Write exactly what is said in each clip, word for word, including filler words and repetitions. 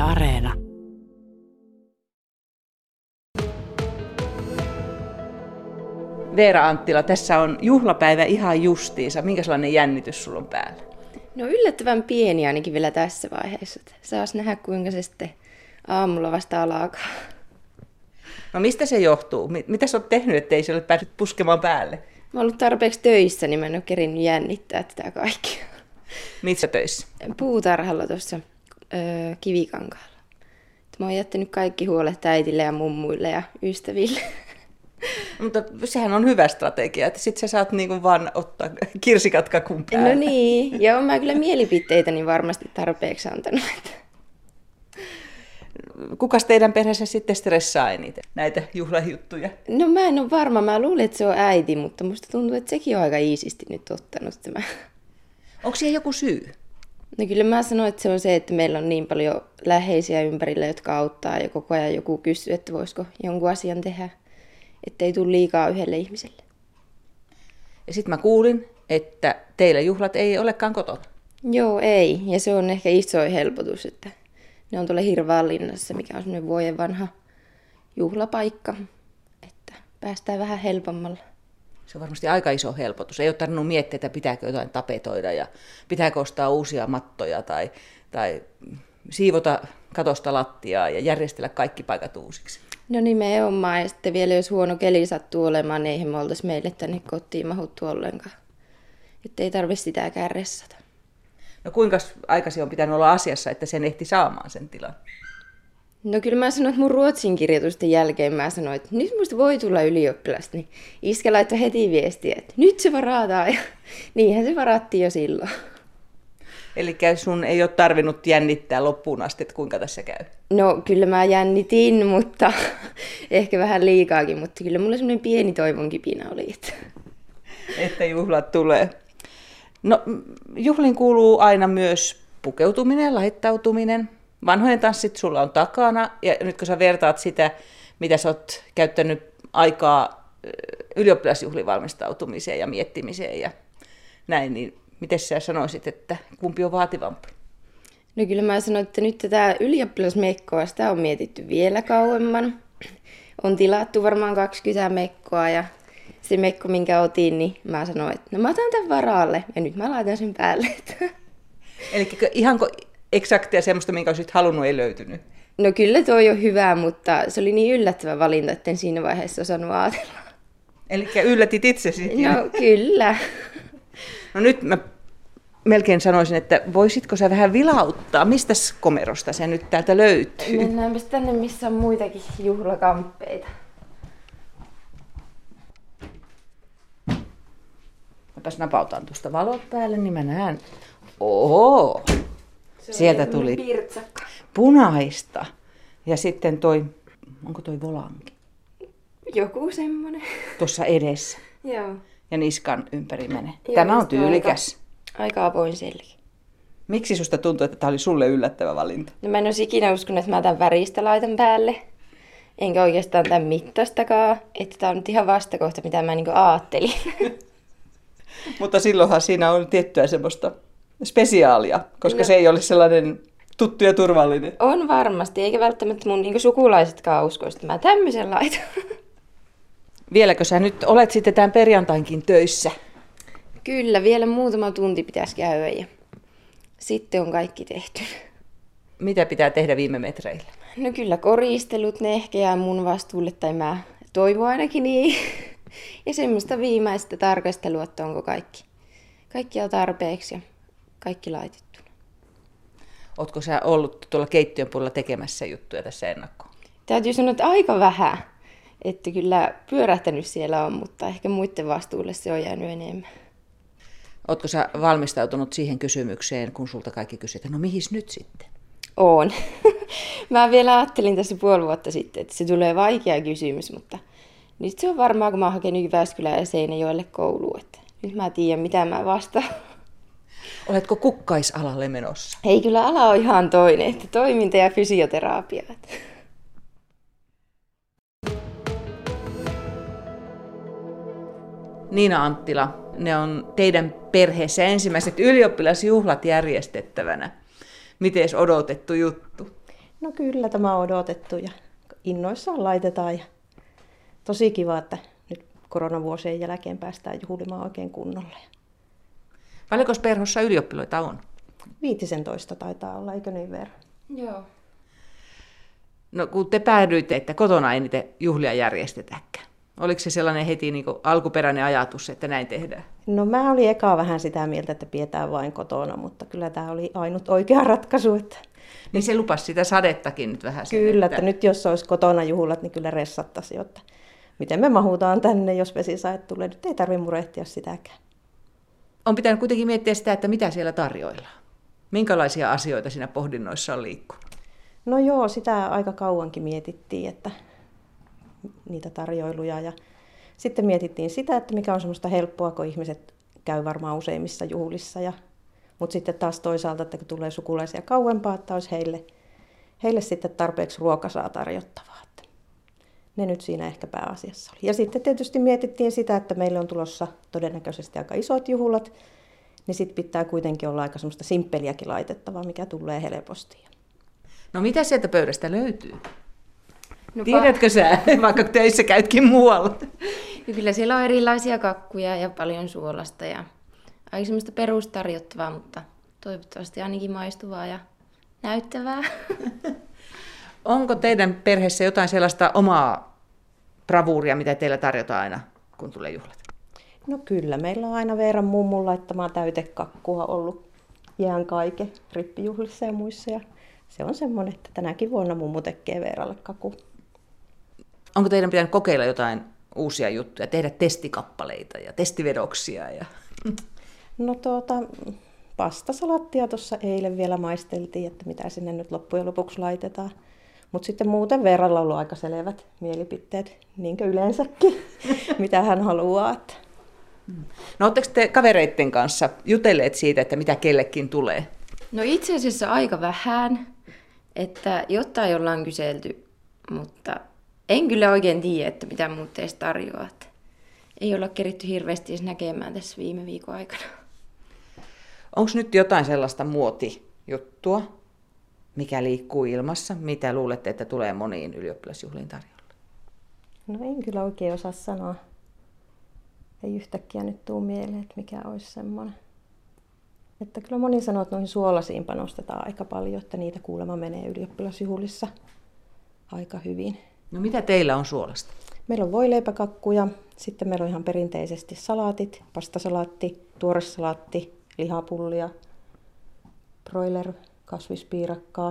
Areena. Veera Anttila, tässä on juhlapäivä ihan justiinsa. Minkälainen jännitys sulla on päällä? No yllättävän pieni ainakin vielä tässä vaiheessa. Saas nähdä, kuinka se sitten aamulla vasta alkaa. No mistä se johtuu? Mitä sä oot tehnyt, ettei se ole päässyt puskemaan päälle? Mä oon ollut tarpeeksi töissä, niin mä en ole kerinyt jännittää tätä kaikkea. Missä töissä? Puutarhalla tuossa öö, Kivikankaalla. Mä oon jättänyt kaikki huolet äitille ja mummuille ja ystäville. Mutta sehän on hyvä strategia, että sit sä saat niinku vaan ottaa kirsikat kakun päälle. No niin, ja oon mä kyllä mielipiteitäni varmasti tarpeeksi antanut. Kukas teidän perheessä sitten stressaa eniten näitä juhlajuttuja? No mä en ole varma, mä luulen, että se on äiti, mutta musta tuntuu, että sekin on aika iisisti nyt ottanut tämä. Onko siellä joku syy? No kyllä mä sanoin, että se on se, että meillä on niin paljon läheisiä ympärillä, jotka auttaa ja koko ajan joku kysyy, että voisiko jonkun asian tehdä, ettei tule liikaa yhdelle ihmiselle. Ja sitten mä kuulin, että teillä juhlat ei olekaan kotona. Joo, ei. Ja se on ehkä iso helpotus, että ne on tuolla Hirvaanlinnassa, mikä on semmoinen vuoden vanha juhlapaikka, että päästään vähän helpommalla. Se on varmasti aika iso helpotus. Ei ole tarvinnut miettiä, että pitääkö jotain tapetoida ja pitääkö ostaa uusia mattoja tai, tai siivota katosta lattiaa ja järjestellä kaikki paikat uusiksi. No nimenomaan, ja sitten vielä jos huono keli sattuu olemaan, niin eihän me oltaisi meille tänne kotiin mahuttu ollenkaan. Että ei tarvitse sitä kärressata. No kuinka aikaisin on pitänyt olla asiassa, että sen ehti saamaan sen tilan? No kyllä mä sanoin, että mun ruotsin kirjoitusten jälkeen mä sanoin, että nyt musta voi tulla ylioppilasta, niin iskä laittoi heti viestiä, että nyt se varataan, ja niinhän se varattiin jo silloin. Eli sun ei ole tarvinnut jännittää loppuun asti, että kuinka tässä käy? No kyllä mä jännitin, mutta ehkä vähän liikaakin, mutta kyllä mulla semmoinen pieni toivon kipinä oli. Että, että juhlat tulee. No juhlin kuuluu aina myös pukeutuminen, laittautuminen. Vanhojen tanssit sulla on takana, ja nyt kun sä vertaat sitä, mitä sä oot käyttänyt aikaa ylioppilasjuhliin valmistautumiseen ja miettimiseen ja näin, niin miten sä sanoisit, että kumpi on vaativampi? No kyllä mä sanoin, että nyt tätä ylioppilasmekkoa, sitä on mietitty vielä kauemman. On tilattu varmaan kaksikymmentä mekkoa, ja se mekko, minkä otin, niin mä sanoin, että no mä otan tämän varalle, ja nyt mä laitan sen päälle. Eli ihanko eksaktia semmoista, minkä olisit halunnut, ei löytynyt? No kyllä toi on hyvä, mutta se oli niin yllättävä valinta, että en siinä vaiheessa osannut ajatella. Eli yllätit itsesi? No kyllä. No nyt mä melkein sanoisin, että voisitko sä vähän vilauttaa, mistä komerosta se nyt täältä löytyy? Mennäänpäs tänne, missä on muitakin juhlakamppeita. Mäpäs napautan tuosta valot päälle, niin mä näen. Oho! Sieltä tuli pirtsakka. Punaista. Ja sitten toi, onko toi volanki? Joku semmonen. Tuossa edessä. Joo. Ja niskan ympäri menee. Joo, Tämä on tyylikäs. Aika, aika avoin selki. Miksi susta tuntuu, että tämä oli sulle yllättävä valinta? No mä en olisi ikinä uskonut, että mä tämän väristä laitan päälle. Enkä oikeastaan tämän mittaistakaan. Että tää on nyt ihan vastakohta, mitä mä niin ajattelin. Mutta silloinhan siinä on tiettyä semmoista spesiaalia, koska no. Se ei ole sellainen tuttu ja turvallinen. On varmasti, eikä välttämättä mun niin sukulaisetkaan usko, että mä tämmöisen laitan. Vieläkö sä nyt olet sitten tämän perjantainkin töissä? Kyllä, vielä muutama tunti pitäisi käydä ja sitten on kaikki tehty. Mitä pitää tehdä viime metreillä? No kyllä koristelut, ne ehkä jää mun vastuulle, tai mä toivon ainakin niin. Ja semmoista viimeistä tarkastelua, että onko kaikki, kaikki on tarpeeksi ja kaikki laitettuna. Ootko sä ollut tuolla keittiön puolella tekemässä juttuja tässä ennakkoon? Täytyy sanoa, että aika vähän. Että kyllä pyörähtänyt siellä on, mutta ehkä muiden vastuulle se on jäänyt enemmän. Ootko sä valmistautunut siihen kysymykseen, kun sulta kaikki kysyt, että no mihis nyt sitten? Oon. Mä vielä ajattelin tässä puoli vuotta sitten, että se tulee vaikea kysymys, mutta nyt se on varmaan, kun mä oon hakenut Jyväskylään ja Seinäjoelle kouluun, että nyt mä tiedän, mitä mä vastaan. Oletko kukkaisalalle menossa? Ei, kyllä ala on ihan toinen, että toiminta ja fysioterapia. Niina Anttila, ne on teidän perheessä ensimmäiset ylioppilasjuhlat järjestettävänä. Miten odotettu juttu? No kyllä, tämä on odotettu ja innoissaan laitetaan. Ja tosi kiva, että nyt koronavuosien jälkeen päästään juhlimaan oikein kunnolla. Paljonko perhossa ylioppilaita on? viisitoista taitaa olla, eikö niin verran? Joo. No kun te päädyitte, että kotona ei niitä juhlia järjestetäkään. Oliko se sellainen heti niin kuin alkuperäinen ajatus, että näin tehdään? No mä olin eka vähän sitä mieltä, että pidetään vain kotona, mutta kyllä tämä oli ainut oikea ratkaisu. Että... Niin se lupasi sitä sadettakin nyt vähän. Sen, kyllä, että... että nyt jos olisi kotona juhlat, niin kyllä ressattaisiin, että miten me mahutaan tänne, jos vesisaet tulee. Nyt ei tarvitse murehtia sitäkään. On pitänyt kuitenkin miettiä sitä, että mitä siellä tarjoillaan. Minkälaisia asioita siinä pohdinnoissa on liikkunut? No joo, sitä aika kauankin mietittiin, että niitä tarjoiluja. Ja sitten mietittiin sitä, että mikä on semmoista helppoa, kun ihmiset käy varmaan useimmissa juhlissa. Ja, mutta sitten taas toisaalta, että kun tulee sukulaisia kauempaa, että olisi heille, heille sitten tarpeeksi ruokasaa tarjottavaa. Että ne nyt siinä ehkä pääasiassa oli. Ja sitten tietysti mietittiin sitä, että meille on tulossa todennäköisesti aika isot juhlat, niin sitten pitää kuitenkin olla aika semmoista simppeliäkin laitettavaa, mikä tulee helposti. No mitä sieltä pöydästä löytyy? No, Tiedätkö sä, vaikka töissä käytkin muualla? Ja kyllä siellä on erilaisia kakkuja ja paljon suolasta ja aika semmoista perustarjottavaa, mutta toivottavasti ainakin maistuvaa ja näyttävää. Onko teidän perheessä jotain sellaista omaa bravuuria, mitä teillä tarjotaan aina, kun tulee juhlat? No kyllä, meillä on aina Veeran mummun laittamaa täytekakkua ollut jään kaiken rippijuhlissa ja muissa. Ja se on semmoinen, että tänäkin vuonna mummu tekee Veeralle kaku. Onko teidän pitänyt kokeilla jotain uusia juttuja, tehdä testikappaleita ja testivedoksia? Ja... No tuota, pastasalattia tuossa eilen vielä maisteltiin, että mitä sinne nyt loppujen lopuksi laitetaan. Mutta sitten muuten Veeralla on ollut aika selvät mielipiteet, niin kuin yleensäkin, mitä hän haluaa. Että... No oletteko te kavereitten kanssa jutelleet siitä, että mitä kellekin tulee? No itse asiassa aika vähän, että jotain ollaan kyselty, mutta en kyllä oikein tiedä, että mitä muut teistä tarjoaa. Ei olla keritty hirveästi edes näkemään tässä viime viikon aikana. Onko nyt jotain sellaista muotijuttua, mikä liikkuu ilmassa? Mitä luulette, että tulee moniin ylioppilasjuhliin tarjolla? No en kyllä oikein osaa sanoa. Ei yhtäkkiä nyt tule mieleen, että mikä olisi semmoinen. Että kyllä moni sanoo, että noihin suolasiin panostetaan aika paljon, että niitä kuulemma menee ylioppilasjuhlissa aika hyvin. No mitä teillä on suolasta? Meillä on voileipäkakkuja, sitten meillä on ihan perinteisesti salaatit, pastasalaatti, tuoresalaatti, lihapullia, broiler, kasvispiirakkaa.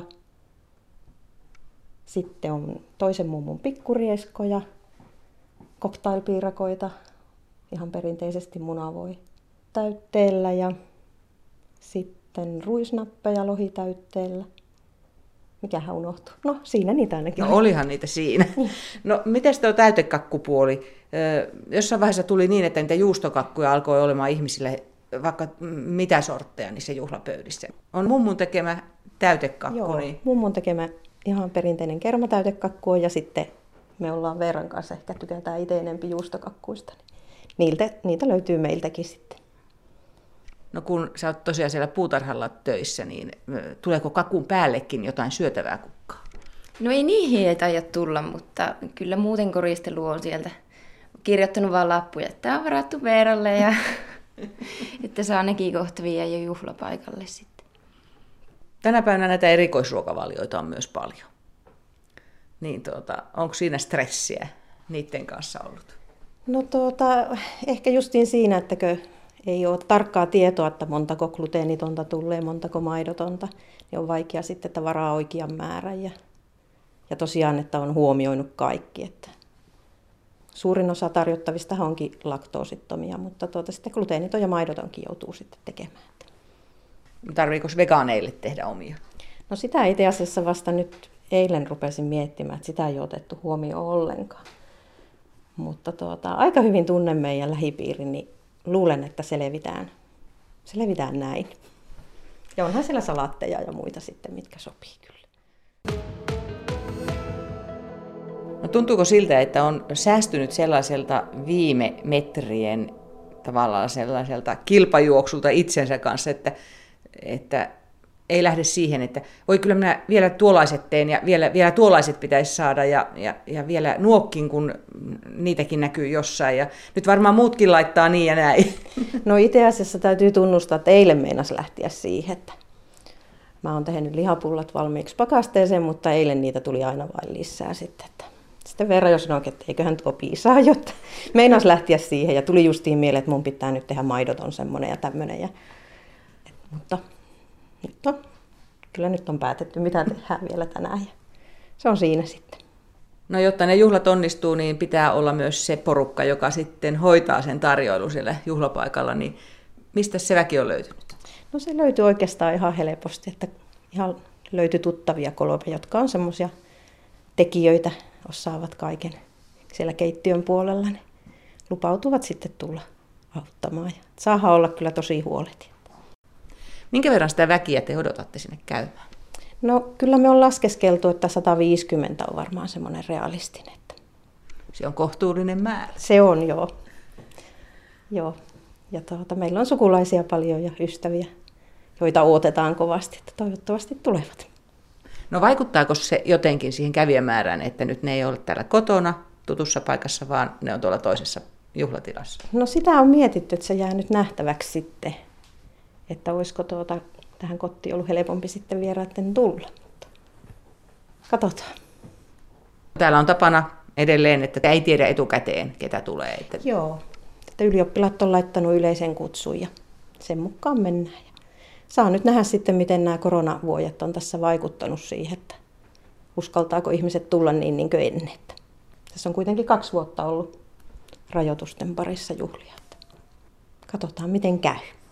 Sitten on toisen mummun pikkurieskoja, cocktailpiirakoita, ihan perinteisesti munavoi täytteellä ja sitten ruisnappeja lohitäytteellä. Mikähän unohtui? No siinä niitä ainakin. No olihan niitä siinä. No miten tuo täytekakkupuoli? Jossain vaiheessa tuli niin, että niitä juustokakkuja alkoi olemaan ihmisille vaikka mitä sortteja niissä juhlapöydissä. On mummun tekemä täytekakku. Joo, niin... mummun tekemä ihan perinteinen kermatäytekakku on, ja sitten me ollaan Veeran kanssa ehkä tykätään itse enempi juustokakkuista. Niiltä, niitä löytyy meiltäkin sitten. No kun sä oot tosiaan siellä puutarhalla töissä, niin tuleeko kakun päällekin jotain syötävää kukkaa? No ei niihin ei taida tulla, mutta kyllä muuten koristelu on sieltä kirjoittanut vaan lappuja, että tämä on varattu Veeralle ja että saa nekin kohta viedä jo juhlapaikalle sitten. Tänä päivänä näitä erikoisruokavalioita on myös paljon. Niin tuota, onko siinä stressiä niiden kanssa ollut? No tuota, ehkä justiin siinä, että ei ole tarkkaa tietoa, että montako gluteenitonta tulee, montako maidotonta, niin on vaikea sitten, että varaa oikean määrän. Ja, ja tosiaan, että on huomioinut kaikki. Että suurin osa tarjottavista onkin laktoosittomia, mutta tuota, sitten gluteeniton ja maidotonkin joutuu sitten tekemään. Tarviiko vegaaneille tehdä omia? No sitä itse asiassa vasta nyt eilen rupesin miettimään, että sitä ei ole otettu huomioon ollenkaan. Mutta tuota, aika hyvin tunnen meidän lähipiirin, niin luulen, että selvitään, selvitään näin. Ja onhan siellä salaatteja ja muita sitten, mitkä sopii kyllä. No tuntuuko siltä, että on säästynyt sellaiselta viime metrien tavallaan sellaiselta kilpajuoksulta itsensä kanssa, että, että ei lähde siihen, että voi kyllä minä vielä tuollaiset teen ja vielä, vielä tuollaiset pitäisi saada ja, ja, ja vielä nuokkin, kun niitäkin näkyy jossain. Ja nyt varmaan muutkin laittaa niin ja näin. No itse asiassa täytyy tunnustaa, että eilen meinas lähteä siihen, että mä oon tehnyt lihapullat valmiiksi pakasteeseen, mutta eilen niitä tuli aina vain lisää sitten. Että sitten Veera jo sanoi, että eiköhän tuo piisaa, jotta meinas lähteä siihen ja tuli justiin mieleen, että mun pitää nyt tehdä maidoton semmoinen ja tämmöinen. Ja, et, mutta nyt on, kyllä nyt on päätetty, mitä tehdään vielä tänään ja se on siinä sitten. No jotta ne juhlat onnistuu, niin pitää olla myös se porukka, joka sitten hoitaa sen tarjoilun siellä juhlapaikalla, niin mistä se väki on löytynyt? No se löytyy oikeastaan ihan helposti, että ihan löytyi tuttavia kolme, jotka on semmoisia tekijöitä, osaavat kaiken siellä keittiön puolella, niin lupautuvat sitten tulla auttamaan. Ja saadaan olla kyllä tosi huoleti. Minkä verran sitä väkiä te odotatte sinne käymään? No kyllä me on laskeskeltu, että sata viisikymmentä on varmaan semmoinen realistinen. Se on kohtuullinen määrä. Se on, joo. joo. Ja tuota, meillä on sukulaisia paljon ja ystäviä, joita odotetaan kovasti, että toivottavasti tulevat. No vaikuttaako se jotenkin siihen kävijämäärään, että nyt ne ei ole täällä kotona tutussa paikassa, vaan ne on tuolla toisessa juhlatilassa? No sitä on mietitty, että se jää nyt nähtäväksi sitten, että olisiko tuota, tähän kotiin ollut helpompi sitten vieraiden tulla. Mutta katsotaan. Täällä on tapana edelleen, että ei tiedä etukäteen, ketä tulee. Että... Joo, että ylioppilaat on laittanut yleisen kutsun ja sen mukaan mennään. Saa nyt nähdä sitten, miten nämä koronavuodet on tässä vaikuttanut siihen, että uskaltaako ihmiset tulla niin, niin kuin ennen. Tässä on kuitenkin kaksi vuotta ollut rajoitusten parissa juhlia. Katsotaan, miten käy.